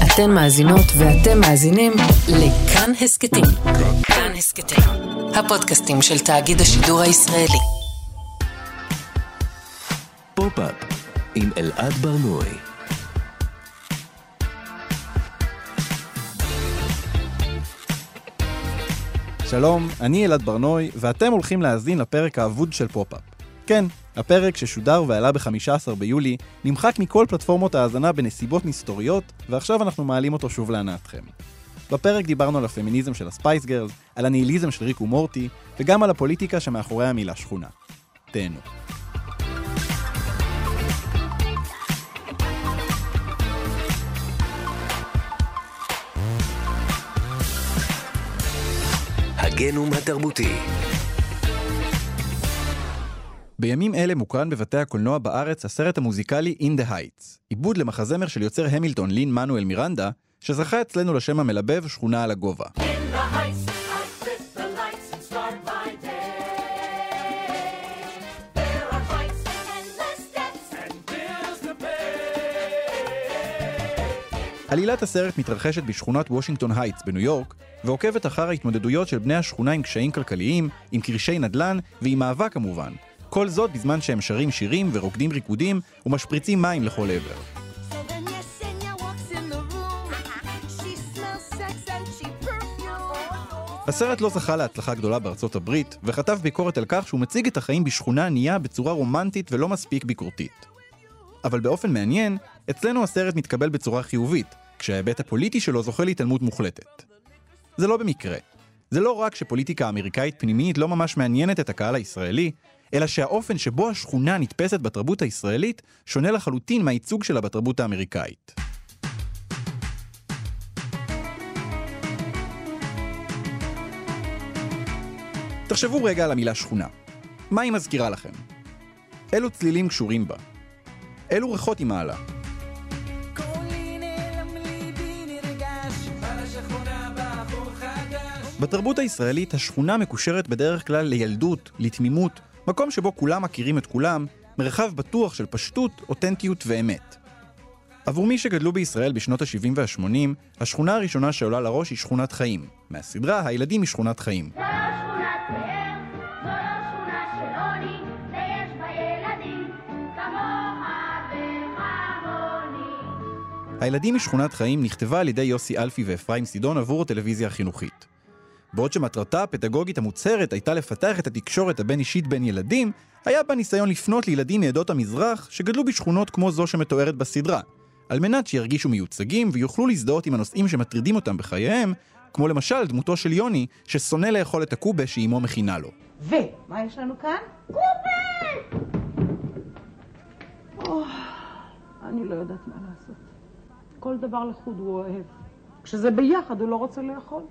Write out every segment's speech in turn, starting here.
אתן מאזינות ואתם מאזינים לכאן הסקטים. כאן הסקטים, הפודקאסטים של תאגיד השידור הישראלי. פופ-אפ עם אלעד ברנועי. שלום, אני אלעד ברנועי, ואתם הולכים להאזין לפרק האבוד של פופ-אפ. כן, הפרק ששודר ועלה ב-15 ביולי, נמחק מכל פלטפורמות ההאזנה בנסיבות מסתוריות, ועכשיו אנחנו מעלים אותו שוב להנאתכם. בפרק דיברנו על הפמיניזם של הספייס גרלס, על הניהיליזם של ריק ומורטי, וגם על הפוליטיקה שמאחורי המילה שכונה. תהנו. הגנום התרבותי. בימים אלה מוקרן בבתי הקולנוע בארץ הסרט המוזיקלי In the Heights, עיבוד למחזמר של יוצר המילטון לין מנואל מירנדה, שזכה אצלנו לשם המלבב שכונה על הגובה. עלילת הסרט מתרחשת בשכונת וושינגטון הייטס בניו יורק, ועוקבת אחר ההתמודדויות של בני השכונה עם קשיים כלכליים, עם קרישי נדל"ן ועם מאבק כמובן. כל זאת בזמן שהם שרים שירים ורוקדים ריקודים ומשפריצים מים לכל עבר. הסרט לא זכה להצלחה גדולה בארצות הברית, וכתב ביקורת על כך שהוא מציג את החיים בשכונה ענייה בצורה רומנטית ולא מספיק ביקורתית. אבל באופן מעניין, אצלנו הסרט מתקבל בצורה חיובית, כשההיבט הפוליטי שלו זוכה להתעלמות מוחלטת. זה לא במקרה. זה לא רק שפוליטיקה אמריקאית פנימית לא ממש מעניינת את הקהל הישראלי, אלא שהאופן שבו השכונה נתפסת בתרבות הישראלית שונה לחלוטין מהייצוג שלה בתרבות האמריקאית. תחשבו רגע על המילה שכונה. מה היא מזכירה לכם? אילו צלילים קשורים בה? אילו ריחות היא מעלה? בתרבות הישראלית השכונה מקושרת בדרך כלל לילדות, לתמימות, מקום שבו כולם מכירים את כולם, מרחב בטוח של פשטות, אותנטיות ואמת. עבור מי שגדלו בישראל בשנות ה-70 וה-80, השכונה הראשונה שעולה לראש היא שכונת חיים. מהסדרה, הילדים משכונת חיים. הילדים משכונת חיים נכתבה על ידי יוסי אלפי ואפרים סידון עבור הטלוויזיה החינוכית. בעוד שמטרתה הפדגוגית המוצהרת הייתה לפתח את התקשורת הבין אישית בין ילדים, היה בה ניסיון לפנות לילדים מעדות המזרח שגדלו בשכונות כמו זו שמתוארת בסדרה, על מנת שירגישו מיוצגים ויוכלו להזדהות עם הנושאים שמטרידים אותם בחייהם, כמו למשל דמותו של יוני ששונא לאכול את הקובה שאימו מכינה לו. ומה יש לנו כאן? קובה! אני לא יודעת מה לעשות. כל דבר לחוד הוא אוהב. כשזה ביחד הוא לא רוצה לאכול.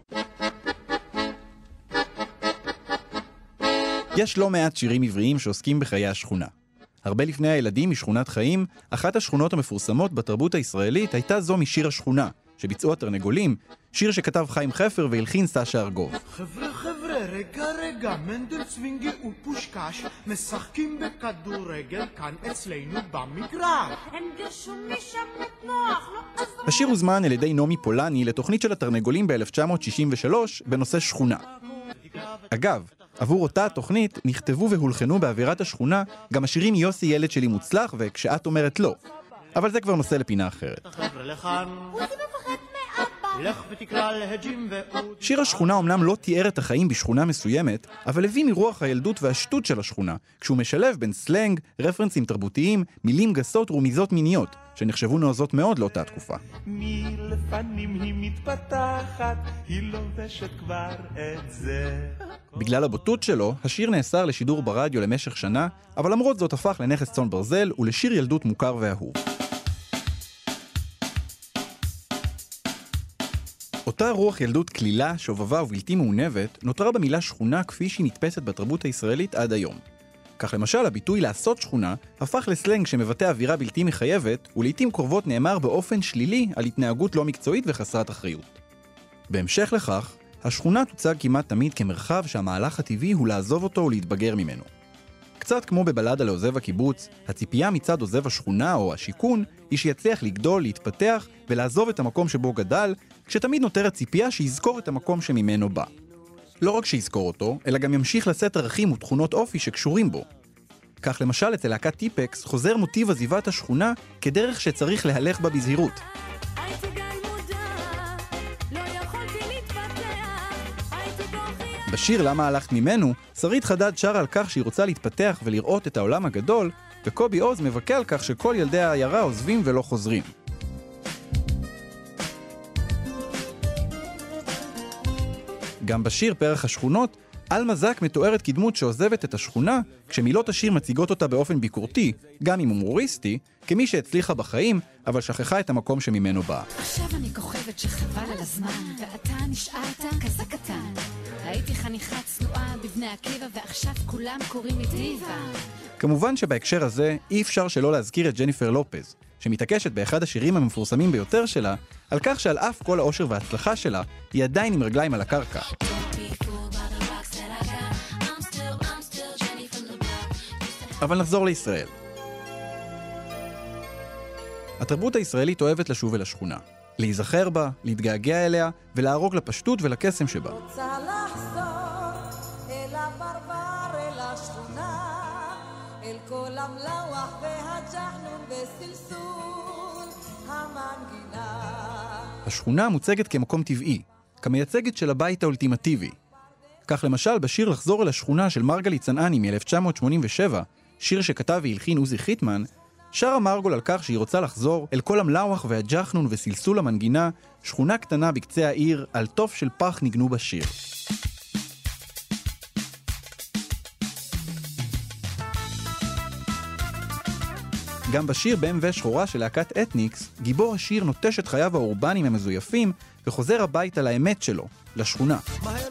יש לא מעט שירים עבריים שעוסקים בחיי השכונה. הרבה לפני הילדים משכונת חיים, אחת השכונות המפורסמות בתרבות הישראלית הייתה זו משיר השכונה, שביצעו התרנגולים, שיר שכתב חיים חפר והלחין סשה ארגוב. חבר'ה, רגע, מנדל צווינגי ופושקש משחקים בכדורגל כאן אצלנו במגרש. הם גרשו משם לתנוח, לא עזרו. השיר הוזמן על ידי נעמי פולני לתוכנית של התרנגולים ב-1963 בנושא שכונה. אגב, עבור אותה התוכנית נכתבו והולחנו באווירת השכונה גם השירים יוסי ילד שלי מוצלח וכשאת אומרת לא. אבל זה כבר נושא לפינה אחרת. שיר השכונה אומנם לא תיאר את החיים בשכונה מסוימת, אבל הביא מרוח הילדות והשטות של השכונה, כשהוא משלב בין סלנג, רפרנסים תרבותיים, מילים גסות ורמיזות מיניות, שנחשבו נועזות מאוד לאותה תקופה. מלפנים היא מתפתחת, היא לובשת כבר את זה. בגלל הבוטות שלו, השיר נאסר לשידור ברדיו למשך שנה, אבל למרות זאת הפך לנכס צאן ברזל ולשיר ילדות מוכר ואהוב. אותה רוח ילדות כלילה, שובבה ובלתי מעונבת, נותרה במילה שכונה כפי שהיא נתפסת בתרבות הישראלית עד היום. כך למשל, הביטוי לעשות שכונה הפך לסלנג שמבטא אווירה בלתי מחייבת, ולעיתים קרובות נאמר באופן שלילי על התנהגות לא מקצועית וחסרת אחריות. בהמשך לכך, השכונה תוצג כמעט תמיד כמרחב שהמהלך הטבעי הוא לעזוב אותו ולהתבגר ממנו. קצת כמו בבלדה לעוזב הקיבוץ, הציפייה מצד עוזב השכונה או השיכון היא שיצליח לגדול, להתפתח ולעזוב את המקום שבו גדל, כשתמיד נותרת ציפייה שיזכור את המקום שממנו בא. לא רק שיזכור אותו, אלא גם ימשיך לשאת ערכים ותכונות אופי שקשורים בו. כך למשל אצל להקת טיפקס חוזר מוטיב עזיבת השכונה כדרך שצריך להלך בה בזהירות. בשיר למה הלכת ממנו, שרית חדד שרה על כך שהיא רוצה להתפתח ולראות את העולם הגדול, וקובי עוז מבכה על כך שכל ילדי העיירה עוזבים ולא חוזרים. גם בשיר פרח השכונות, אלמה זק מתוארת כדמות שעוזבת את השכונה, כשמילות השיר מציגות אותה באופן ביקורתי, גם אם הומוריסטי, כמי שהצליחה בחיים, אבל שכחה את המקום שממנו באה. עכשיו אני כוכבת שחבל על הזמן, ואתה נשארת כזה קטן. הייתי חניכת צנועה בבני עקיבא, ועכשיו כולם קוראים לי דיבה. כמובן שבהקשר הזה אי אפשר שלא להזכיר את ג'ניפר לופז, שמתעקשת באחד השירים המפורסמים ביותר שלה, על כך שעל אף כל האושר וההצלחה שלה, היא עדיין עם רגליים על הקרקע. אבל נחזור לישראל. התרבות הישראלית אוהבת לשוב אל השכונה, להיזכר בה, להתגעגע אליה ולהרוג לפשטות ולקסם שבה. רוצה לחזור אל הברבר, אל השכונה, אל כל המלוח והג'חנון וסלסול המנגינה. השכונה מוצגת כמקום טבעי, כמייצגת של הבית האולטימטיבי. כך למשל בשיר לחזור אל השכונה של מרגלית צנעני מ-1987, שיר שכתב והלחין עוזי חיטמן, שרה מרגול על כך שהיא רוצה לחזור אל כל המלוח והג'חנון וסלסול המנגינה, שכונה קטנה בקצה העיר, על תוף של פח ניגנו בשיר. גם בשיר BMW שחורה של להקת אתניקס, גיבור השיר נוטש את חייו האורבניים המזויפים וחוזר הביתה לאמת שלו, לשכונה.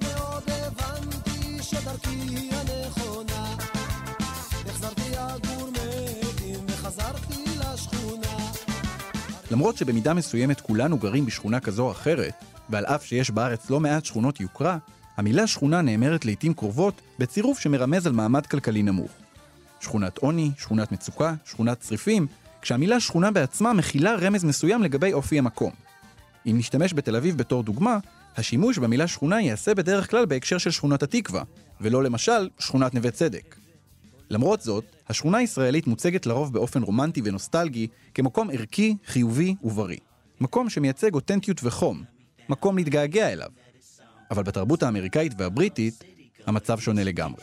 למרות שבמידה מסוימת כולנו גרים בשכונה כזו או אחרת, ועל אף שיש בארץ לא מעט שכונות יוקרה, המילה שכונה נאמרת לעתים קרובות בצירוף שמרמז על מעמד כלכלי נמוך. שכונת עוני, שכונת מצוקה, שכונת צריפים, כשהמילה שכונה בעצמה מכילה רמז מסוים לגבי אופי המקום. אם נשתמש בתל אביב בתור דוגמה, השימוש במילה שכונה יעשה בדרך כלל בהקשר של שכונת התקווה, ולא למשל שכונת נווה צדק. למרות זאת, השכונה הישראלית מוצגת לרוב באופן רומנטי ונוסטלגי כמקום ערכי, חיובי ובריא. מקום שמייצג אותנטיות וחום, מקום להתגעגע אליו. אבל בתרבות האמריקאית והבריטית, המצב שונה לגמרי.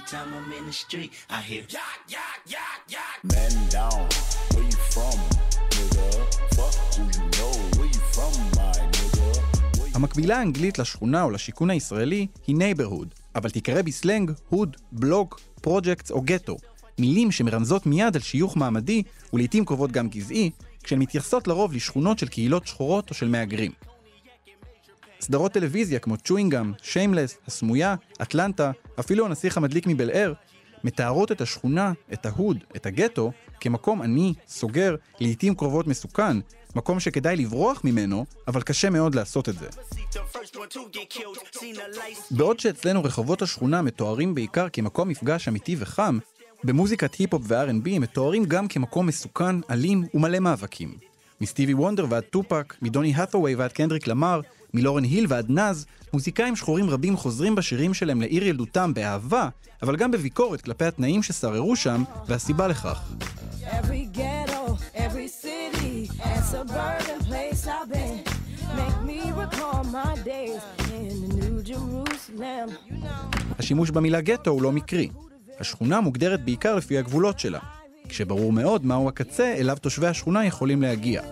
המקבילה האנגלית לשכונה או לשיקון הישראלי היא neighborhood, אבל תיקרא בסלנג הוד, בלוק, פרוג'קטס או גטו, מילים שמרמזות מיד על שיוך מעמדי ולעיתים קרובות גם גזעי, כשהן מתייחסות לרוב לשכונות של קהילות שחורות או של מהגרים. סדרות טלוויזיה כמו צ'ווינגאם, שיימלס, הסמויה, אטלנטה, אפילו הנסיך המדליק מבלער, מתארות את השכונה, את ההוד, את הגטו, כמקום עני, סוגר, לעיתים קרובות מסוכן, מקום שכדאי לברוח ממנו, אבל קשה מאוד לעשות את זה. בעוד שאצלנו רחובות השכונה מתוארים בעיקר כמקום מפגש אמיתי וחם, במוזיקת היפ-הופ ו-R&B מתוארים גם כמקום מסוכן, אלים ומלא מאבקים. מסטיבי וונדר ועד טופק, מדוני האת'ווי ועד קנדריק למר, מלורן היל ועד נז, מוזיקאים שחורים רבים חוזרים בשירים שלהם לעיר ילדותם באהבה, אבל גם בביקורת כלפי התנאים ששררו שם, והסיבה לכך. Every ghetto, every city, and suburban place I've been, make me recall my days in the New Jerusalem. השימוש במילה גטו הוא לא מקרי. השכונה מוגדרת בעיקר לפי הגבולות שלה, כשברור מאוד מהו הקצה אליו תושבי השכונה יכולים להגיע.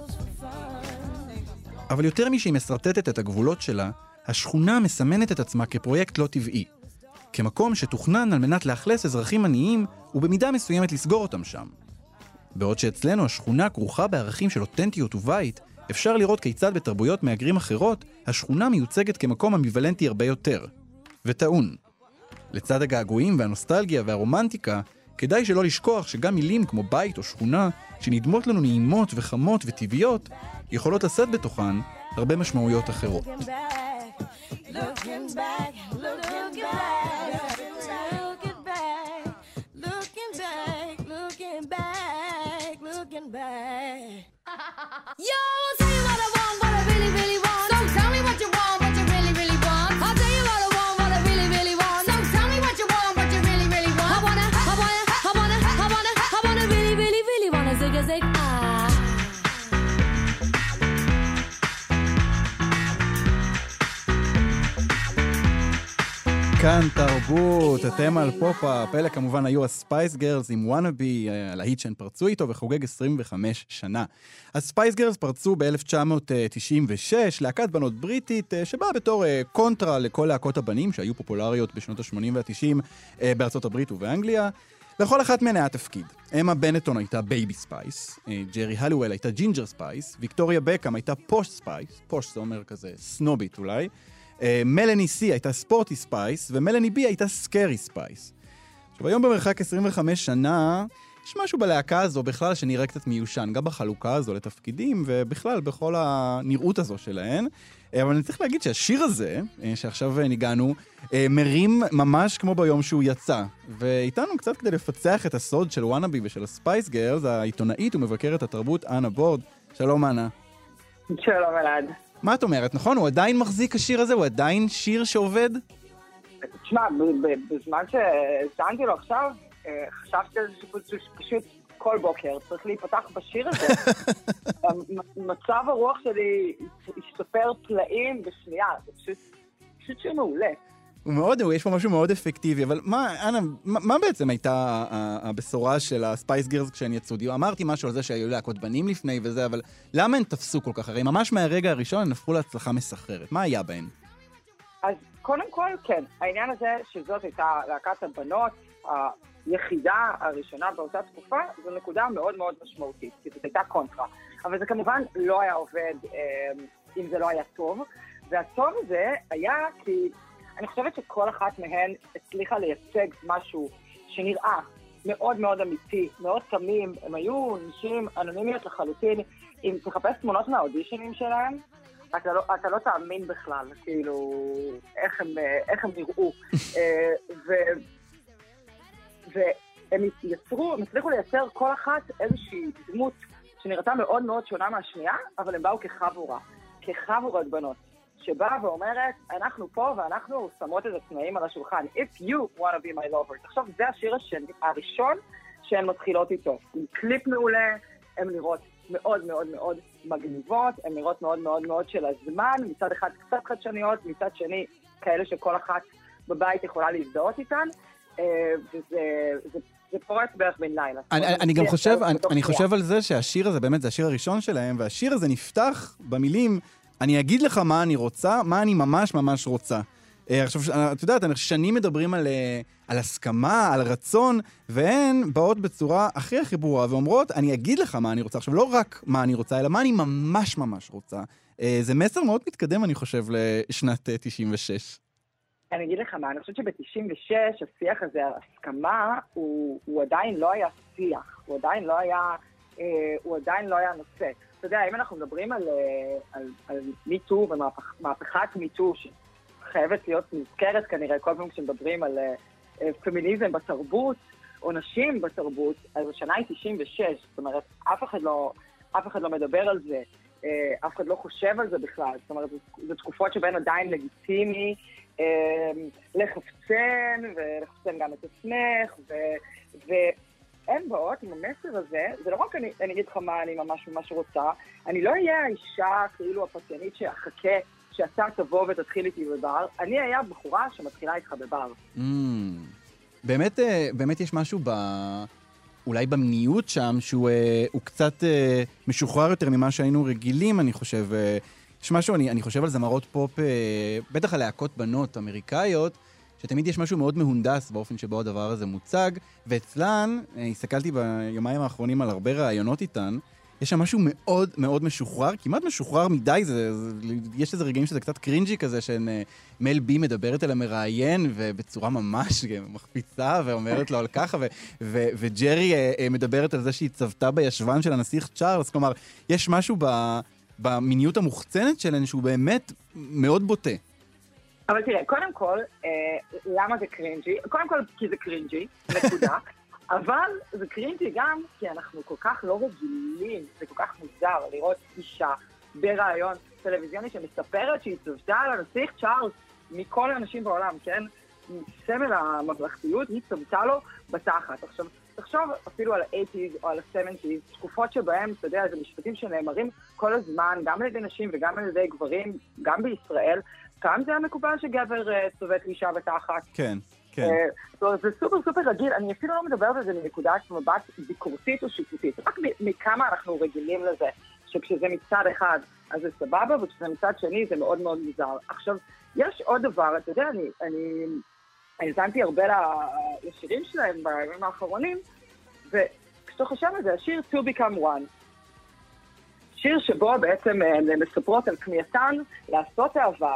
אבל יותר משהיא מסרטטת את הגבולות שלה, השכונה מסמנת את עצמה כפרויקט לא טבעי, כמקום שתוכנן על מנת לאכלס אזרחים עניים ובמידה מסוימת לסגור אותם שם. בעוד שאצלנו השכונה כרוכה בערכים של אותנטיות ובית, אפשר לראות כיצד בתרבויות מהגרים אחרות, השכונה מיוצגת כמקום אמביוולנטי הרבה יותר, וטעון. לצד הגעגועים והנוסטלגיה והרומנטיקה, כדאי שלא לשכוח שגם מילים כמו בית או שכונה, שנדמות לנו נעימות וחמות וטבעיות, יכולות לשאת בתוכן הרבה משמעויות אחרות. Yo, I'll tell you what I want, what I really, really want. So tell me what you want, what you really, really want. I'll tell you what I want, what I really, really want. So tell me what you want, what you really, really want. I wanna really, really, really wanna zig a zig, כאן תרבות, אתם על פופ-אפ, אלה כמובן היו הספייס גרלס עם וואנאבי, הלהיט שהן פרצו איתו וחוגג 25 שנה. הספייס גרלס פרצו ב-1996, להקת בנות בריטית שבאה בתור קונטרה לכל להקות הבנים שהיו פופולריות בשנות ה-80 וה-90 בארצות הברית ובאנגליה. לכל אחת מהן היה תפקיד. אמה בנטון הייתה בייבי ספייס, ג'רי הלואל הייתה ג'ינג'ר ספייס, ויקטוריה בקאם הייתה פוש ספייס, פוש זה אומר כזה סנובית אולי, מלני סי הייתה ספורטי ספייס, ומלני בי הייתה סקרי ספייס. עכשיו, היום במרחק 25 שנה, יש משהו בלהקה הזו בכלל שנראה קצת מיושן, גם בחלוקה הזו לתפקידים, ובכלל בכל הנראות הזו שלהן. אבל אני צריך להגיד שהשיר הזה, שעכשיו ניגענו, מרים ממש כמו ביום שהוא יצא. ואיתנו קצת כדי לפצח את הסוד של וואנאבי ושל הספייס גרלס, העיתונאית ומבקרת התרבות אנה בורד. שלום אנה. שלום אלעד. מה את אומרת? נכון? הוא עדיין מחזיק השיר הזה? הוא עדיין שיר שעובד? תשמע, בזמן ששענתי לו עכשיו, חשבתי שפשוט כל בוקר צריך להיפתח בשיר הזה. מצב הרוח שלי השתפר פלאים בשנייה, זה פשוט שיר מעולה. הוא מאוד, יש פה משהו מאוד אפקטיבי, אבל מה בעצם הייתה הבשורה של הספייס גרלס כשהן יצאו? אמרתי משהו על זה שהיו להקות בנים לפני וזה, אבל למה הן תפסו כל כך? הרי ממש מהרגע הראשון הן הפכו להצלחה מסחררת. מה היה בהן? אז קודם כל, כן, העניין הזה שזאת הייתה להקת הבנות, היחידה הראשונה באותה תקופה, זו נקודה מאוד מאוד משמעותית, כי זאת הייתה קונטרה. אבל זה כמובן לא היה עובד אם זה לא היה טוב, והטוב הזה היה כי אני חושבת שכל אחת מהן הצליחה לייצג משהו שנראה מאוד מאוד אמיתי, מאוד תמים. הם היו נשים אנונימיות לחלוטין. אם תחפש תמונות מהאודישנים שלהם, אתה לא תאמין בכלל, כאילו, איך הם נראו. והם הצליחו לייצר כל אחת איזושהי דמות שנראתה מאוד מאוד שונה מהשנייה, אבל הם באו כחבורות בנות. שבאה ואומרת, אנחנו פה ואנחנו שמות את התנאים על השולחן. If you want to be my lover. עכשיו, זה השיר הראשון שהן מתחילות איתו. עם קליפ מעולה, הן נראות מאוד מאוד מאוד מגניבות, הן נראות מאוד מאוד מאוד של הזמן, מצד אחד קצת חדשניות, מצד שני כאלה שכל אחת בבית יכולה להזדהות איתן, זה פורץ בערך בין לילה. אני גם חושב על זה שהשיר הזה באמת זה השיר הראשון שלהם, והשיר הזה נפתח במילים אני אגיד לך מה אני רוצה, מה אני ממש ממש רוצה. עכשיו, את יודעת, שנים מדברים על הסכמה, על רצון, והן באות בצורה הכי ברורה ואומרות, אני אגיד לך מה אני רוצה. עכשיו, לא רק מה אני רוצה, אלא מה אני ממש ממש רוצה. זה מסר מאוד מתקדם, אני חושב, לשנת 96. אני אגיד לך מה, אני חושבת שב-96 השיח הזה, ההסכמה, הוא עדיין לא היה שיח, הוא עדיין לא היה נושא. אתה יודע, אם אנחנו מדברים על מיטו ומהפכת מיטו, שחייבת להיות מזכרת כנראה כל פעם כשמדברים על פמיניזם בתרבות, או נשים בתרבות, אז השנה היא 96, זאת אומרת, אף אחד לא מדבר על זה, אף אחד לא חושב על זה בכלל, זאת אומרת, זה תקופות שבהן עדיין לגיטימי לחפצן, ולחפצן גם את עצמך, הן באות עם המסר הזה, זה לא רק אני אגיד לך מה אני ממש ממש רוצה, אני לא אהיה האישה כאילו הפתיינית שאחכה שאתה תבוא ותתחיל איתי בבר, אני אהיה בחורה שמתחילה איתך בבר. באמת יש משהו אולי במיניות שם, שהוא קצת משוחרר יותר ממה שהיינו רגילים, אני חושב. יש משהו, אני חושב על זמרות פופ, בטח על להקות בנות אמריקאיות, שתמיד יש משהו מאוד מהונדס באופן שבו הדבר הזה מוצג, ואצלן, הסתכלתי ביומיים האחרונים על הרבה רעיונות איתן, יש שם משהו מאוד מאוד משוחרר, כמעט משוחרר מדי, יש איזה רגעים שזה קצת קרינג'י כזה, שמל בי מדברת אל המראיין, ובצורה ממש מחפיצה, ואומרת לו על ככה, וג'רי מדברת על זה שהיא צוותה בישבן של הנסיך צ'ארלס, כלומר, יש משהו במיניות המוחצנת שלהן, שהוא באמת מאוד בוטה. אבל תראה, קודם כל, למה זה קרינג'י? קודם כל, כי זה קרינג'י, נקודה. אבל זה קרינג'י גם כי אנחנו כל כך לא רגילים, זה כל כך מוזר לראות אישה ברעיון טלוויזיוני שמספרת שהיא צוותה על הנסיך צ'ארלס מכל האנשים בעולם, כן? מסמל הממלכתיות, היא צוותה לו בתחת. עכשיו, תחשוב אפילו על ה-80s או על ה-70s, תקופות שבהם, אתה יודע, זה משפטים שנאמרים כל הזמן, גם על ידי נשים וגם על ידי גברים, גם בישראל. פעם זה היה מקובל שגבר צוות אישה בתחת. כן, כן. זה סופר סופר רגיל, אני אפילו לא מדברת על זה מנקודת מבט ביקורתית או שיפוטית, רק מכמה אנחנו רגילים לזה, שכשזה מצד אחד אז זה סבבה, וכשזה מצד שני זה מאוד מאוד מוזר. עכשיו, יש עוד דבר, אתה יודע, אני האזנתי הרבה לשירים שלהם בימים האחרונים, וכשאתה חושב על זה, השיר To Become One, שיר שבו בעצם מספרות על כמייתן לעשות אהבה.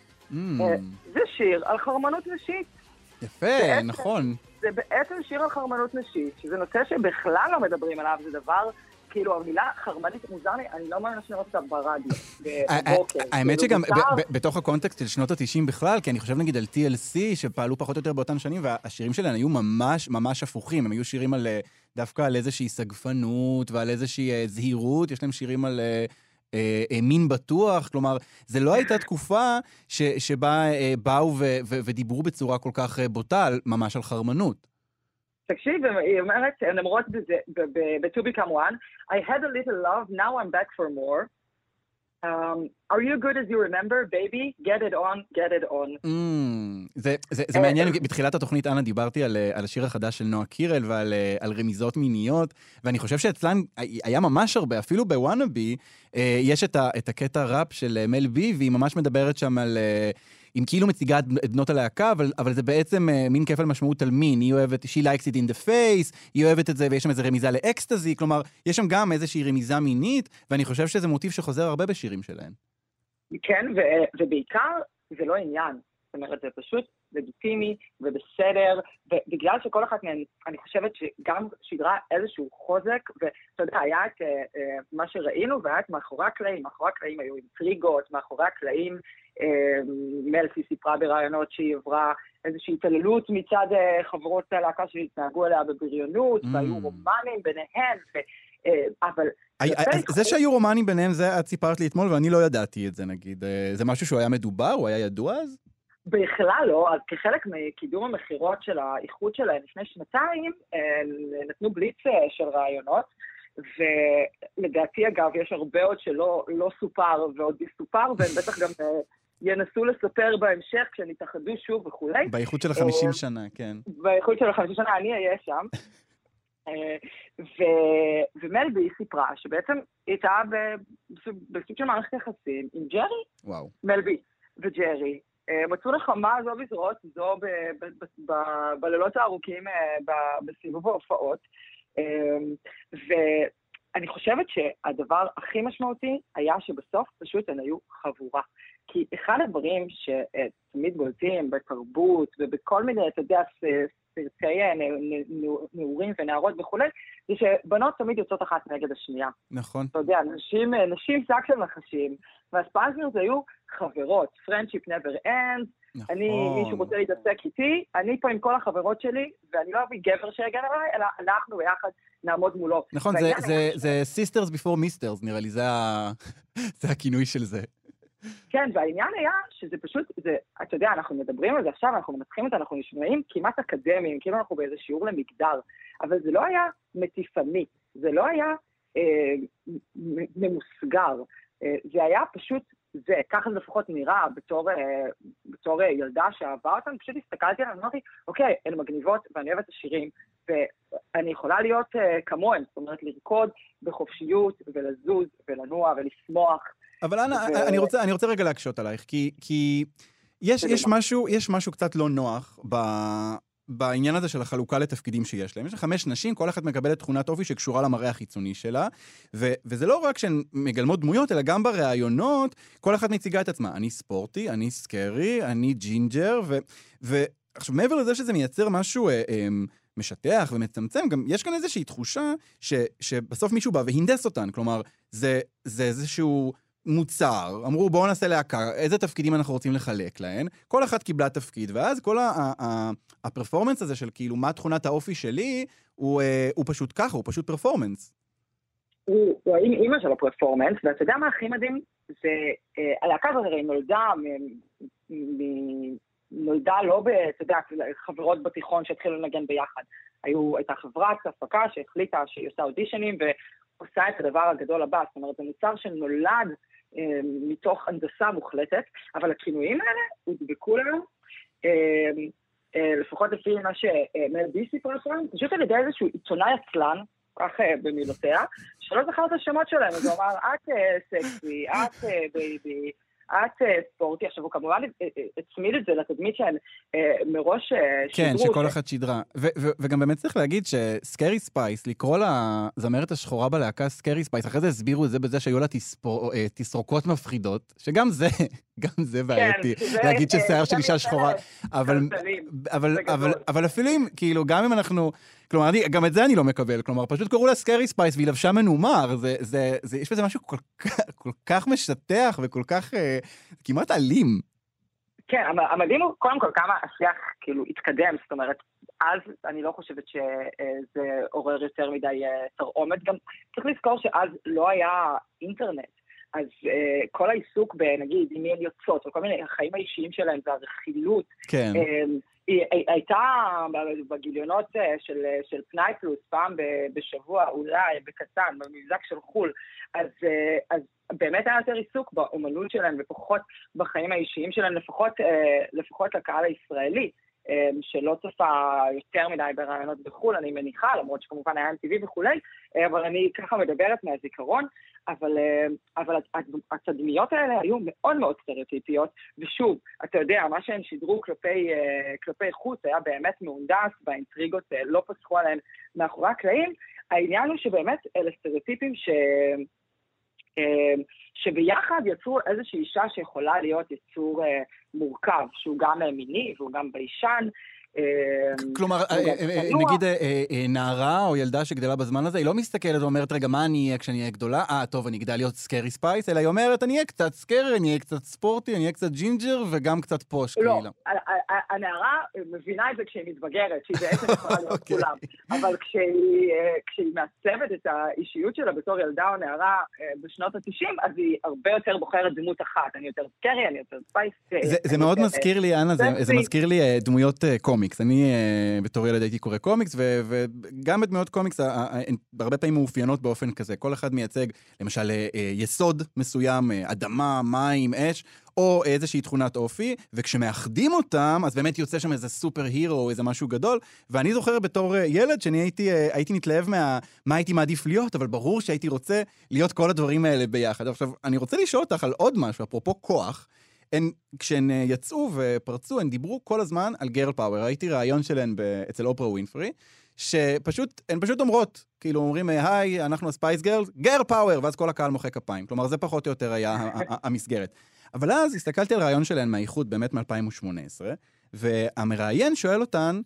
זה שיר על חרמנות נשית. יפה, נכון. זה בעצם שיר על חרמנות נשית, שזה נושא שבכלל לא מדברים עליו, זה דבר, כאילו המילה חרמנית מוזר לי, אני לא מאמין שנראות אותה ברדיו, בבוקר. האמת שגם בתוך הקונטקסט של שנות ה-90 בכלל, כי אני חושב נגיד על TLC, שפעלו פחות או יותר באותן שנים, והשירים שלהם היו ממש ממש הפוכים, הם היו שירים דווקא על איזושהי סגפנות, ועל איזושהי זהירות, יש להם שירים על מין בטוח, כלומר, זה לא הייתה תקופה שבה באו ודיברו בצורה כל כך בוטה, ממש על חרמנות. תקשיב, היא אומרת, הן אמרות ב-To Become One, I had a little love, now I'm back for more. Are you good as you remember, baby? Get it on, get it on. זה מעניין, בתחילת התוכנית, אנה, דיברתי על השיר החדש של נועה קירל ועל רמיזות מיניות, ואני חושב שאצלן היה ממש הרבה, אפילו בוואנאבי, יש את הקטע ראפ של מל בי, והיא ממש מדברת שם על... אם כאילו מציגה את בנות הלהקה, אבל זה בעצם מין כפל משמעות על מין. היא אוהבת, she likes it in the face, היא אוהבת את זה, ויש שם איזו רמיזה לאקסטזי, כלומר, יש שם גם איזושהי רמיזה מינית, ואני חושב שזה מוטיב שחוזר הרבה בשירים שלהם. כן, ובעיקר זה לא עניין. זאת אומרת, זה פשוט לגיטימי ובסדר, ובגלל שכל אחת מהן, אני חושבת שגם שדרה איזשהו חוזק, ואתה יודע, היה את מה שראינו, והיה את מאחורי הקלעים. מאחורי הקלעים היו אינטריגות, מאחורי הקלעים מלסי סיפרה ברעיונות שהיא עברה איזושהי התעללות מצד חברות הלהקה שהתנהגו אליה בבריונות, והיו רומנים ביניהן, אבל... זה שהיו רומנים ביניהם, זה את סיפרת לי אתמול, ואני לא ידעתי את זה, נגיד. זה משהו שהוא היה מדובר? הוא היה ידוע אז? בכלל לא, אז כחלק מקידום המחירות של האיחוד שלהם לפני שנתיים, נתנו בליץ של רעיונות, ולדעתי אגב יש הרבה עוד שלא סופר ועוד יסופר, והם בטח גם ינסו לספר בהמשך כשהם יתאחדו שוב וכולי. באיחוד של 50 שנה, כן. באיחוד של 50 שנה אני אהיה שם. ומלבי סיפרה שבעצם היא הייתה בסוג של מערכת יחסים עם ג'רי. וואו. מלבי וג'רי. מצאו נחמה זו בזרועות, זו בלילות הארוכים בסיבוב ההופעות. ואני חושבת שהדבר הכי משמעותי היה שבסוף פשוט הן היו חבורה. כי אחד הדברים שתמיד בולטים בתרבות ובכל מיני, אתה יודע, סרטי נעורים ונערות וכולי, זה שבנות תמיד יוצאות אחת נגד השנייה. נכון. אתה יודע, נשים שק של נחשים, והספנסיות היו חברות, friendship never ends, נכון. מישהו רוצה להתעסק איתי, אני פה עם כל החברות שלי, ואני לא אביא גבר שיגן עליי, אלא אנחנו ביחד נעמוד מולו. נכון, זה sisters before misters, נראה לי, זה הכינוי של זה. כן, והעניין היה שזה פשוט, אתה יודע, אנחנו מדברים על זה עכשיו, אנחנו מנתחים את זה, אנחנו נשמעים כמעט אקדמיים, כאילו אנחנו באיזה שיעור למגדר, אבל זה לא היה מטיפני, זה לא היה ממוסגר, זה היה פשוט זה, ככה זה לפחות נראה בתור ילדה שעבר אותנו, פשוט הסתכלתי עליהם, אמרתי, אוקיי, הן מגניבות ואני אוהבת את השירים, ואני יכולה להיות כמוהם, זאת אומרת לרקוד בחופשיות ולזוז ולנוע ולשמוח. אבל אנה, אני רוצה רגע להקשות עלייך, כי יש משהו קצת לא נוח בעניין הזה של החלוקה לתפקידים שיש להם. יש 5 נשים, כל אחת מקבלת תכונת אופי שקשורה למראה החיצוני שלה, וזה לא רק שהן מגלמות דמויות, אלא גם בראיונות, כל אחת מציגה את עצמה. אני ספורטי, אני סקרי, אני ג'ינג'ר, ועכשיו מעבר לזה שזה מייצר משהו משטח ומצמצם, גם יש כאן איזושהי תחושה שבסוף מישהו בא והינדס אותן, כלומר, זה איזשהו מוצר, אמרו בואו נעשה להקה, איזה תפקידים אנחנו רוצים לחלק להן, כל אחת קיבלה תפקיד, ואז כל הפרפורמנס הזה של כאילו מה תכונת האופי שלי, הוא פשוט ככה, הוא פשוט פרפורמנס. הוא אימא של הפרפורמנס, ואתה יודע מה הכי מדהים? זה, הלהקה הזאת הרי נולדה לא אתה יודע, חברות בתיכון שהתחילו לנגן ביחד. הייתה חברת הפקה שהחליטה שהיא עושה אודישנים ועושה את הדבר הגדול הבא. זאת אומרת, זה מוצר שנולד מתוך הנדסה מוחלטת, אבל הכינויים האלה הודבקו לנו, לפחות לפי מה שמל בי סיפרה שם, פשוט על ידי איזשהו עיתונאי עצלן, כך במילותיה, שלא זכר את השמות שלהם, אז הוא אמר, את סקסי, את בייבי, את ספורטי, עכשיו הוא כמובן הצמיד את זה לתדמית שהן מראש שידרו. כן, שכל אחת שידרה. וגם באמת צריך להגיד שסקרי ספייס, לקרוא לזמרת השחורה בלהקה סקרי ספייס, אחרי זה הסבירו את זה בזה שהיו לה תסרוקות מפחידות, שגם זה בעייתי, להגיד ששיער של אישה שחורה. אבל אפילו אם, כאילו, גם אם אנחנו... כלומר, גם את זה אני לא מקבל. כלומר, פשוט קראו לה סקרי ספייס והיא לבשה מנומר. יש בזה משהו כל כך משטח וכל כך כמעט אלים. כן, המדהים הוא קודם כל כמה השיח כאילו התקדם. זאת אומרת, אז אני לא חושבת שזה עורר יותר מדי תרעומת. גם צריך לזכור שאז לא היה אינטרנט. אז כל העיסוק בנגיד, עם מי הן יוצאות, וכל מיני החיים האישיים שלהם והרכילות. כן. היא הייתה בגיליונות של פנאי פלוס, פעם בשבוע, אולי בקטן, במבזק של חול, אז באמת היה יותר עיסוק באומנות שלהם, ופחות בחיים האישיים שלהם, לפחות לקהל הישראלי, שלא צופה יותר מדי ברעיונות בחול, אני מניחה, למרות שכמובן היה MTV וכולי, אבל אני ככה מדברת מהזיכרון, אבל התדמיות האלה היו מאוד מאוד סטריאוטיפיות, ושוב, אתה יודע, מה שהן שידרו כלפי חוץ היה באמת מהונדס, והאינטריגות לא פסחו עליהן מאחורי הקלעים. העניין הוא שבאמת אלה סטריאוטיפים שביחד יצרו איזושהי אישה שיכולה להיות יצור מורכב, שהוא גם מיני והוא גם ביישן. כלומר, נגיד נערה או ילדה שגדלה בזמן הזה, היא לא מסתכלת ואומרת, רגע, מה אני אהיה כשאני אהיה גדולה? טוב, אני אגדל להיות סקרי ספייס, אלא היא אומרת, אני אהיה קצת סקרי, אני אהיה קצת ספורטי, אני אהיה קצת ג'ינג'ר וגם קצת פוש. לא, הנערה מבינה את זה כשהיא מתבגרת, שהיא בעצם יכולה להיות כולם. אבל כשהיא מעצבת את האישיות שלה בתור ילדה או נערה בשנות ה-90, אז היא הרבה יותר בוחרת דמות אחת. אני יותר סקרי, אני יותר ספייס. זה מאוד מזכיר לי, אנה, זה מזכיר לי דמויות קומיקס. אני בתור ילד הייתי קורא קומיקס, וגם בדמויות קומיקס הרבה פעמים מאופיינות באופן כזה. כל אחד מייצג, למשל, יסוד מסוים, אדמה, מים, אש, או איזושהי תכונת אופי, וכשמאחדים אותם, אז באמת יוצא שם איזה סופר הירו, או איזה משהו גדול, ואני זוכר בתור ילד שאני הייתי מתלהב מה הייתי מעדיף להיות, אבל ברור שהייתי רוצה להיות כל הדברים האלה ביחד. עכשיו, אני רוצה לשאול אותך על עוד משהו, אפרופו כוח, כשהן יצאו ופרצו, הן דיברו כל הזמן על גרל פאוור. ראיתי רעיון שלהן אצל אופרה ווינפרי, הן פשוט אומרות, כאילו אומרים, היי, אנחנו הספייס גרלס, גרל פאוור, ואז כל הקהל מוחא כפיים. כלומר, זה פחות או יותר היה המסגרת. אבל אז הסתכלתי על רעיון שלהן מהאיחוד באמת מ-2018, והמראיין שואל אותן,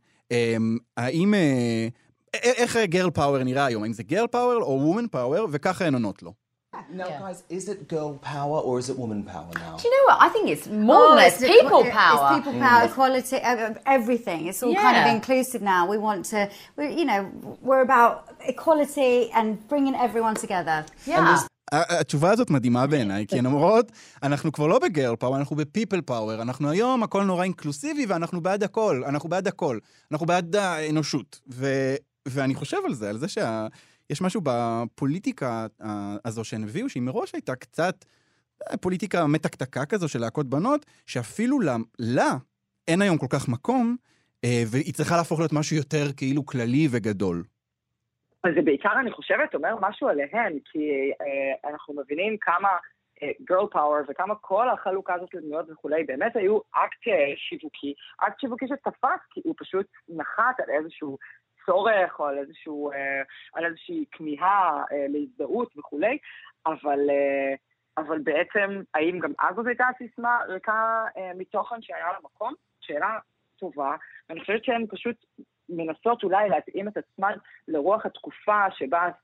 איך גרל פאוור נראה היום? האם זה גרל פאוור או וומן פאוור? וככה הן עונות לו. Now, guys, is it girl power or is it woman power now? Do you know what? I think it's more than less people power. It's people power, equality, everything. It's all kind of inclusive now. We want to, we're about equality and bringing everyone together. Yeah. התשובה הזאת מדהימה בעיניי, כי הן אומרות, אנחנו כבר לא בגרל פאוור, אנחנו בפיפל פאוור, אנחנו היום הכל נורא אינקלוסיבי ואנחנו בעד הכל, אנחנו בעד האנושות. ואני חושב על זה יש משהו בפוליטיקה הזו שהן הביאו, שהיא מראש הייתה קצת פוליטיקה מתקתקה כזו של להקות בנות, שאפילו לה אין היום כל כך מקום, והיא צריכה להפוך להיות משהו יותר כאילו כללי וגדול. אז זה בעיקר, אני חושבת, אומר משהו עליהן, כי אנחנו מבינים כמה girl power וכמה כל החלוקה הזאת לדמויות וכולי, באמת היו אקט שיווקי שתפס, כי הוא פשוט נחת על איזשהו צורך או על איזושהי כמיהה להזדהות וכולי, אבל בעצם האם גם אז זאת הייתה סיסמה ריקה מתוכן שהיה לה מקום? שאלה טובה, ואני חושבת שהן פשוט מנסות אולי להתאים את עצמן לרוח התקופה שבה השיח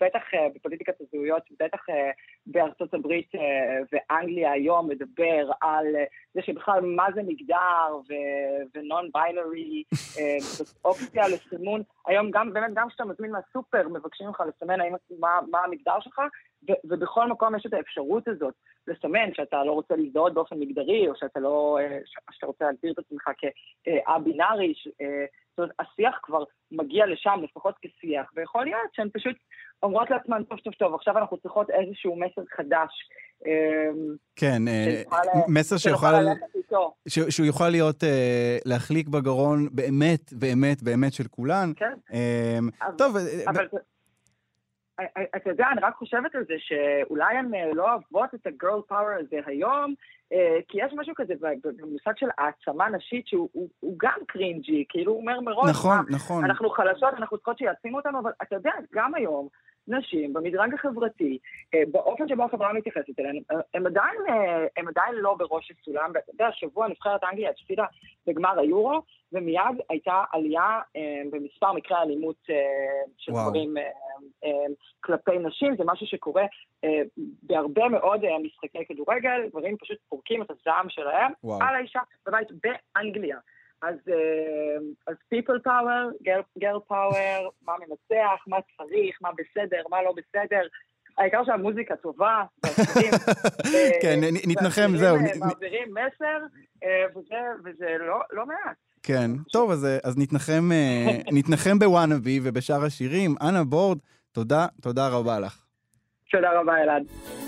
בטח בפוליטיקת הזהויות, בטח בארצות הברית ואנגליה היום מדבר על זה שבכלל מה זה מגדר ונון ביינרי, זאת אופציה לסימון. היום באמת גם כשאתה מזמין מהסופר מבקשים לך לסמן מה המגדר שלך, ובכל מקום יש את האפשרות הזאת לסמן שאתה לא רוצה להזדהות באופן מגדרי, או שאתה רוצה להגדיר את עצמך כא-בינארי. זאת אומרת, השיח כבר מגיע לשם, לפחות כשיח, ויכול להיות שהן פשוט אומרות לעצמן, טוב, עכשיו אנחנו צריכות איזשהו מסר חדש. כן, מסר שהוא יוכל להיות, להחליק בגרון באמת, באמת, באמת של כולן. כן. טוב, אבל אתה יודע, אני רק חושבת על זה שאולי הן לא אוהבות את הגרל פאוור הזה היום, כי יש משהו כזה במושג של העצמה נשית שהוא גם קרינג'י, כאילו הוא אומר מראש, נכון. אנחנו חלשות, אנחנו צריכות שיעצימו אותנו, אבל אתה יודע, גם היום נשים במדרג החברתי, באופן שבו החברה מתייחסת אליהן, הם עדיין לא בראש הסולם. אתה יודע, השבוע נבחרת אנגליה הפסידה בגמר היורו, ומיד הייתה עלייה במספר מקרי האלימות של גברים כלפי נשים. זה משהו שקורה בהרבה מאוד משחקי כדורגל, גברים פשוט פורקים את הזעם שלהם על האישה בבית באנגליה. אז people power, girl power, מה מנצח, מה צריך, מה בסדר, מה לא בסדר. העיקר שהמוזיקה טובה, כן, נתנחם, זהו. מעבירים מסר, וזה לא מעט. כן, טוב, אז נתנחם בוואנאבי ובשאר השירים. אנה בורד, תודה רבה לך. תודה רבה, אלעד.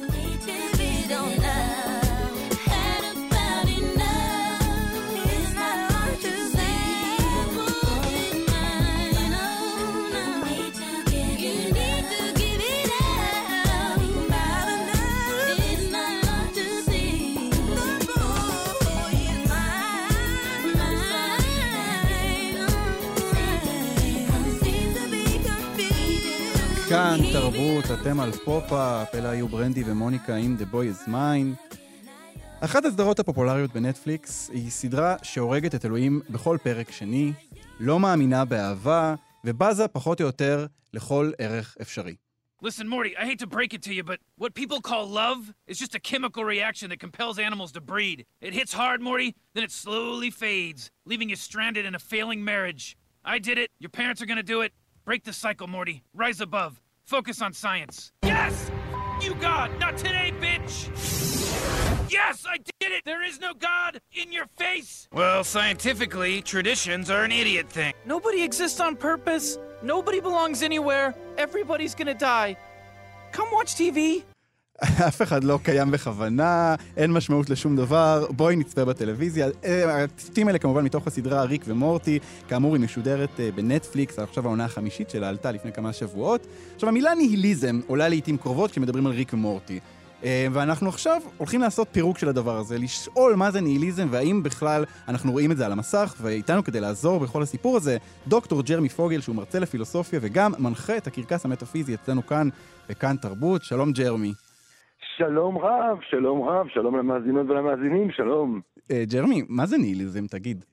כאן תרבות, אתם על פופ-אפ, אלה היו ברנדי ומוניקה עם The Boy Is Mine. אחת הסדרות הפופולריות בנטפליקס היא סדרה שהורגת את אלוהים בכל פרק שני, לא מאמינה באהבה, ובזה פחות או יותר לכל ערך אפשרי. Listen, Morty, I hate to break it to you, but what people call love is just a chemical reaction that compels animals to breed. It hits hard, Morty, then it slowly fades, leaving you stranded in a failing marriage. I did it. Your parents are gonna do it. Break the cycle, Morty. Rise above. Focus on science. Yes! You God! Not today, bitch! Yes, I did it! There is no God in your face! Well, scientifically, traditions are an idiot thing. Nobody exists on purpose. Nobody belongs anywhere. Everybody's gonna die. Come watch TV. אף אחד לא קיים בכוונה, אין משמעות לשום דבר, בואי נצפה בטלוויזיה. הציטוטים האלה כמובן מתוך הסדרה ריק ומורטי, כאמור היא משודרת בנטפליקס, עכשיו העונה החמישית שלה עלתה לפני כמה שבועות. עכשיו המילה ניהיליזם עולה לעתים קרובות כשמדברים על ריק ומורטי. ואנחנו עכשיו הולכים לעשות פירוק של הדבר הזה, לשאול מה זה ניהיליזם והאם בכלל אנחנו רואים את זה על המסך, ואיתנו כדי לעזור בכל הסיפור הזה, דוקטור ג'רמי פוגל שהוא מרצה לפילוסופיה וגם מנחה את הקרקס המטאפיזי אצלנו כאן בכאן תרבות. שלום ג'רמי. שלום רב, שלום למאזינות ולמאזינים, שלום. ג'רמי, מה זה ניהיליזם, תגיד?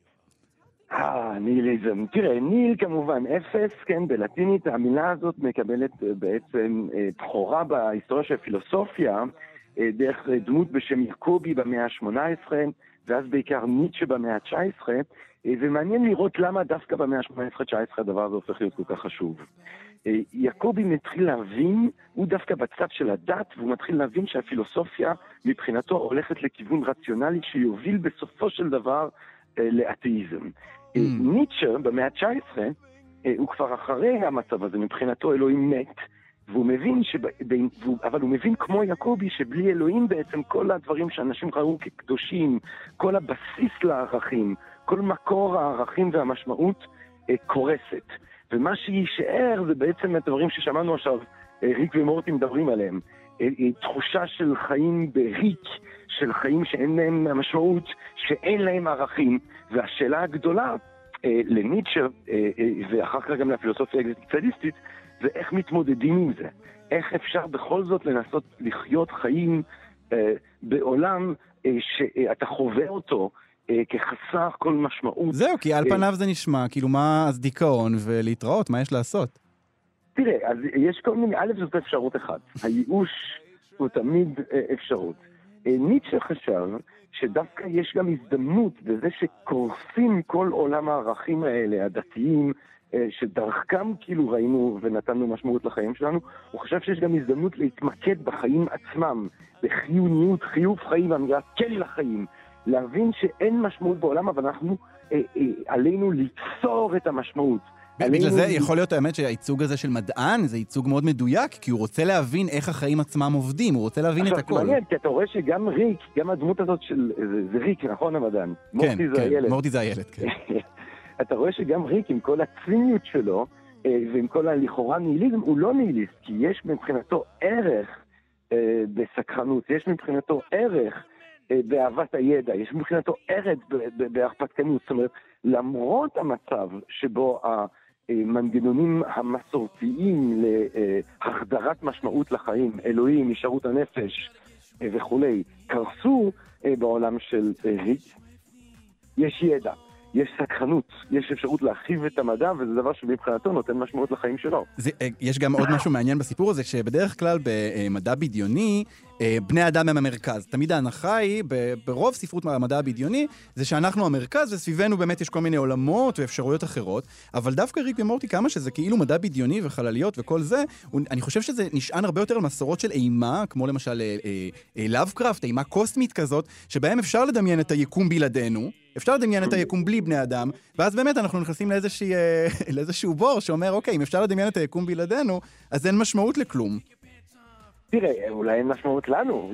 ניהיליזם. תראה, ניהיל כמובן אפס, כן, בלטינית המילה הזאת מקבלת בעצם בחורה בהיסטוריה של פילוסופיה, דרך דמות בשם יעקובי במאה ה-18, ואז בעיקר ניטשה במאה ה-19, ומעניין לראות למה דווקא במאה ה-18-19 הדבר הזה הופך להיות כל כך חשוב. יעקובי מתחיל להבין, הוא דווקא בצד של הדת, והוא מתחיל להבין שהפילוסופיה מבחינתו הולכת לכיוון רציונלי שיוביל בסופו של דבר לאתאיזם. ניטשה במאה ה-19 הוא כבר אחרי המצב הזה, מבחינתו אלוהים מת, והוא מבין אבל הוא מבין כמו יעקובי שבלי אלוהים בעצם כל הדברים שאנשים ראו כקדושים, כל הבסיס לערכים, כל מקור הערכים והמשמעות קורסת. ומה שיישאר זה בעצם הדברים ששמענו עכשיו, ריק ומורטי מדברים עליהם. תחושה של חיים בריק, של חיים שאין להם המשמעות, שאין להם ערכים. והשאלה הגדולה לניטשה, ואחר כך גם לפילוסופיה האקזיסטנציאליסטית, זה איך מתמודדים עם זה. איך אפשר בכל זאת לנסות לחיות חיים בעולם שאתה חווה אותו, כחסר כל משמעות. זהו, כי על פניו זה נשמע, כאילו מה אז דיכאון ולהתראות, מה יש לעשות? תראה, אז יש כל מיני, א' זאת אפשרות אחת. הייאוש הוא תמיד אפשרות. ניטשה חשב שדווקא יש גם הזדמנות בזה שקורסים כל עולם הערכים האלה, הדתיים, שדרכם כאילו ראינו ונתנו משמעות לחיים שלנו, הוא חשב שיש גם הזדמנות להתמקד בחיים עצמם, בחיוניות, חיוב חיים, והמילה כן לחיים, להבין שאין משמעות בעולם, אבל אנחנו עלינו ליצור את המשמעות. בגלל זה יכול להיות האמת שהייצוג הזה של מדען זה ייצוג מאוד מדויק, כי הוא רוצה להבין איך החיים עצמם עובדים, הוא רוצה להבין את הכל. עכשיו, מעניין, כי אתה רואה שגם ריק, גם הדמות הזאת של, זה ריק, נכון המדען? כן, כן, מורטי זה הילד, כן. אתה רואה שגם ריק עם כל הציניות שלו, ועם כל הלכאורה ניהיליזם, הוא לא ניהיליסט, כי יש מבחינתו ערך בסקרנות, יש מבחינתו ערך באהבת הידע, יש מבחינתו ערך בהרפתקנות, זאת אומרת, למרות המצב שבו המנגנונים המסורתיים להחדרת משמעות לחיים, אלוהים, נשארות הנפש וכולי, קרסו בעולם של ריק, יש ידע. יש סקרנות, יש אפשרות להרחיב את המדע, וזה דבר שמבחינתו נותן משמעות לחיים שלו. יש גם עוד משהו מעניין בסיפור הזה, שבדרך כלל במדע בדיוני, בני אדם הם המרכז. תמיד ההנחה היא, ברוב ספרות המדע הבדיוני, זה שאנחנו המרכז, וסביבנו באמת יש כל מיני עולמות ואפשרויות אחרות, אבל דווקא ריק ומורטי, כמה שזה כאילו מדע בדיוני וחלליות וכל זה, אני חושב שזה נשען הרבה יותר על מסורות של אימה, כמו למשל לאבקראפט, אימה קוסמית כזאת, שבהם אפשר לדמיין את היקום בלעדינו, אפשר לדמיין את היקום בלי בני אדם, ואז באמת אנחנו נכנסים לאיזשהו בור שאומר, אוקיי, אם אפשר לדמיין את היקום בלעדינו, אז אין משמעות לכלום. תראה, אולי אין משמעות לנו,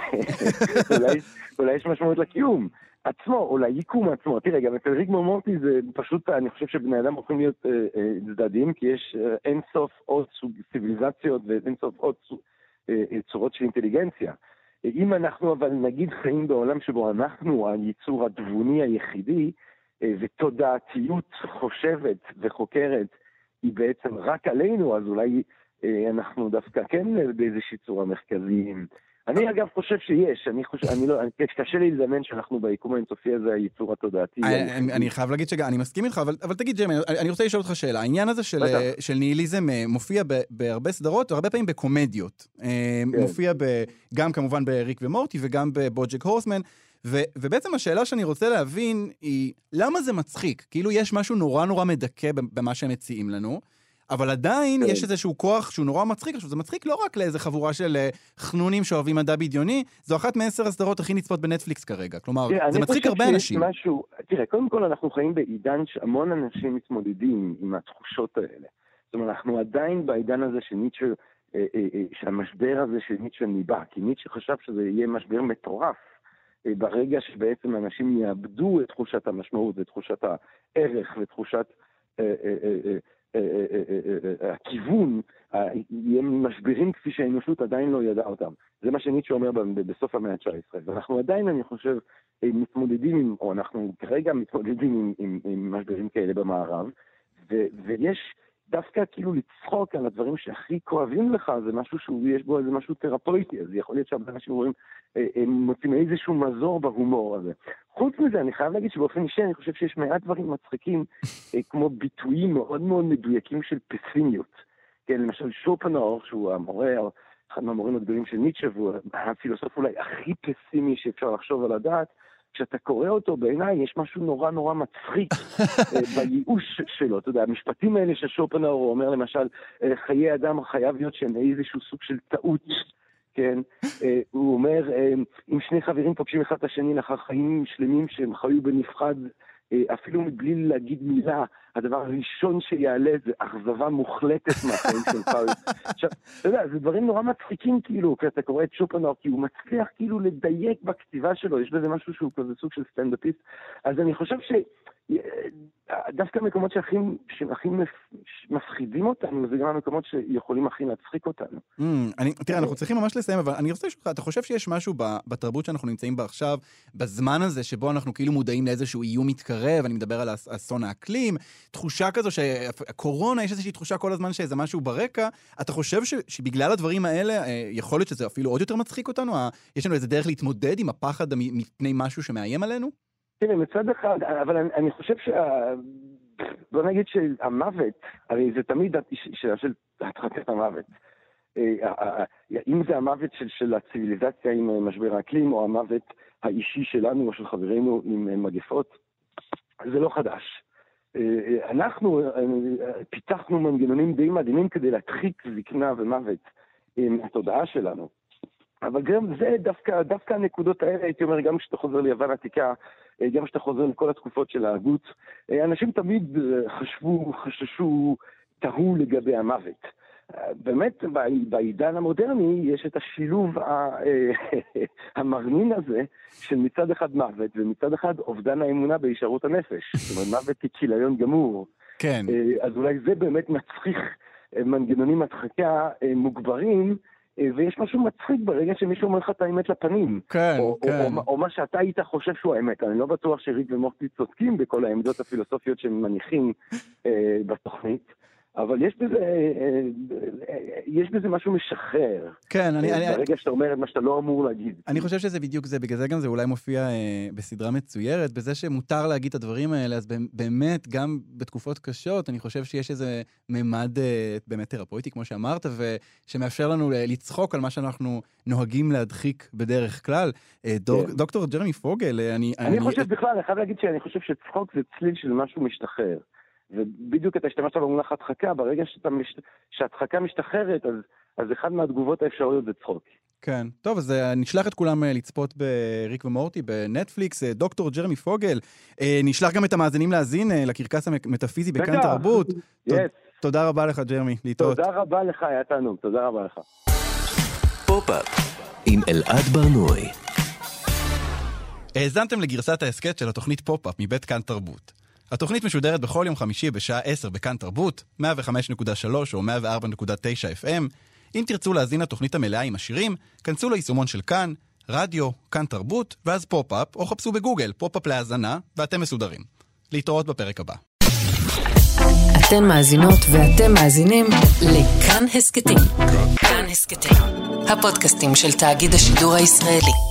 אולי יש משמעות לקיום עצמו, או ליקום עצמו. תראה, גם אצל ריק ומורטי זה פשוט, אני חושב שבני אדם הולכים להיות צדדים, כי יש אין סוף עוד ציוויליזציות ואין סוף עוד צורות של אינטליגנציה. אם אנחנו אבל נגיד חיים בעולם שבו אנחנו היצור הדבוני היחידי, ותודעתיות חושבת וחוקרת היא בעצם רק עלינו, אז אולי אנחנו דווקא כן באיזושהי צורה מרכזיים. אני אגב חושב שיש, קשה לי לדמיין שאנחנו ביקום האינסופי הזה היצור התודעתי. אני חייב להגיד אני מסכים איתך, אבל תגיד ג'יימי, אני רוצה לשאול אותך שאלה. העניין הזה של ניהיליזם מופיע בהרבה סדרות, והרבה פעמים בקומדיות. מופיע גם כמובן בריק ומורטי וגם בבוג'ק הורסמן, ובעצם השאלה שאני רוצה להבין היא, למה זה מצחיק? כאילו יש משהו נורא נורא מדכא במה שהם מציעים לנו, אבל עדיין יש איזשהו כוח שהוא נורא מצחיק. עכשיו, זה מצחיק לא רק לאיזה חבורה של חנונים שאוהבים מדע בדיוני, זו אחת מ10 הסדרות הכי נצפות בנטפליקס כרגע. כלומר, זה מצחיק הרבה אנשים. תראה, קודם כל אנחנו חיים בעידן שהמון אנשים מתמודדים עם התחושות האלה. זאת אומרת, אנחנו עדיין בעידן הזה של ניטשה, שהמשבר הזה של ניטשה ניבא, כי ניטשה חשב שזה יהיה משבר מטורף, ברגע שבעצם אנשים יאבדו את תחושת המשמעות, ואת תחושת הערך, ותחושת הכיוון, יהיה משברים כפי שהאנושות עדיין לא ידעה אותם. זה מה שניטשה אומר בסוף המאה ה-19. ואנחנו עדיין, אני חושב, מתמודדים, או אנחנו כרגע מתמודדים עם משברים כאלה במערב, ויש דווקא כאילו לצחוק על הדברים שהכי כואבים לך, זה משהו שיש בו איזה משהו תרפויטי, אז יכול להיות שהרבה אנשים רואים, הם מוצאים איזשהו מזור בהומור הזה. חוץ מזה, אני חייב להגיד שבאופן אישי, אני חושב שיש מעט דברים מצחיקים, כמו ביטויים מאוד מאוד מדויקים של פסימיות. כן, למשל שופנהאואר, שהוא המורה, אחד מהמורים הגדולים של ניטשה, והוא הפילוסוף אולי הכי פסימי שאפשר לחשוב על הדעת, כשאתה קורא אותו בעיניי, יש משהו נורא נורא מצחיק בייאוש שלו. אתה יודע, המשפטים האלה של שופנהאואר, הוא אומר למשל, חיי אדם חייב להיות שהם איזשהו סוג של טעות, כן? הוא אומר, אם שני חברים פוגשים אחד את השני לאחר חיים שלמים שהם חיו בנפרד, אפילו מבלי להגיד מילה, הדבר הראשון שיעלה זה אכזבה מוחלטת מהחיים שלך. עכשיו, אתה יודע, זה דברים נורא מצחיקים כאילו, כי אתה קורא את שופנהאואר, כי הוא מצליח כאילו לדייק בכתיבה שלו, יש בזה משהו שהוא כזה סוג של סטנדאפיסט, אז אני חושב דווקא מקומות שהכי מפחידים אותנו, זה גם המקומות שיכולים הכי להצחיק אותנו. תראה, אנחנו צריכים ממש לסיים, אבל אני רוצה לשאול אותך, אתה חושב שיש משהו בתרבות שאנחנו נמצאים בה עכשיו, בזמן הזה שבו אנחנו כאילו מודעים לאיזשהו איום מתקרב, אני מדבר על אסון האקלים, תחושה כזו שהקורונה, יש איזושהי תחושה כל הזמן שאיזה משהו ברקע, אתה חושב שבגלל הדברים האלה, יכול להיות שזה אפילו עוד יותר מצחיק אותנו? יש לנו איזה דרך להתמודד עם הפחד מפני משהו שמאיים עלינו? תראה, מצד אחד, אבל אני חושב בוא נגיד שהמוות, הרי זה תמיד שאלה של הדחקת המוות. אם זה המוות של הציביליזציה עם משבר האקלים, או המוות האישי שלנו או של חברינו עם מגפות, זה לא חדש. אנחנו פיתחנו מנגנונים די מדהימים כדי להדחיק זקנה ומוות מהתודעה שלנו. אבל גם זה דווקא הנקודות האלה, הייתי אומר, גם כשאתה חוזר ליוון העתיקה, גם כשאתה חוזר לכל התקופות של ההגות, אנשים תמיד חששו, תהו לגבי המוות. באמת, בעידן המודרני יש את השילוב המרנין הזה, של מצד אחד מוות, ומצד אחד אובדן האמונה בהישארות הנפש. זאת אומרת, מוות ככיליון גמור. כן. אז אולי זה באמת מצריך מנגנונים הדחקה מוגברים, ויש משהו מצחיק ברגע שמישהו אומר לך את האמת לפנים. כן, כן. או מה שאתה היית חושב שהוא האמת. אני לא בטוח שריק ומורטי צודקים בכל העמדות הפילוסופיות שהם מניחים בתוכנית, אבל יש בזה משהו משחרר. כן, ברגע שאתה אומר את מה שאתה לא אמור להגיד. אני חושב שזה בדיוק זה, בגלל זה גם זה אולי מופיע בסדרה מצוירת, בזה שמותר להגיד את הדברים האלה, אז באמת, גם בתקופות קשות, אני חושב שיש איזה ממד באמת תרפויטי, כמו שאמרת, ושמאפשר לנו לצחוק על מה שאנחנו נוהגים להדחיק בדרך כלל. דוקטור ג'רמי פוגל, אני חושב בכלל, אני חייב להגיד שאני חושב שצחוק זה צליל של משהו משתחרר. ובדיוק אתה השתמשת במונח הדחקה, ברגע שהדחקה משתחררת, אז אחד מהתגובות האפשריות זה צחוק. כן, טוב, אז נשלח את כולם לצפות בריק ומורטי, בנטפליקס, דוקטור ג'רמי פוגל, נשלח גם את המאזינים להאזין לקרקס המטאפיזי בכאן תרבות. תודה רבה לך, ג'רמי, להתראות. תודה רבה לך, היה תענוג, תודה רבה לך. פופ-אפ עם אלעד ברנועי. האזנתם לגרסת ההסקט של התוכנית פופ-אפ מבית כאן תרבות. התוכנית משודרת בכל יום חמישי בשעה 10 בכאן תרבות, 105.3 או 104.9 FM. אם תרצו להזין לתוכנית המלאה עם השירים, כנסו ליישומון של כאן, רדיו, כאן תרבות, ואז פופ-אפ, או חפשו בגוגל פופ-אפ להאזנה, ואתם מסודרים. להתראות בפרק הבא. אתן מאזינות ואתם מאזינים לכאן הסקטים. כאן הסקטים, הפודקאסטים של תאגיד השידור הישראלי.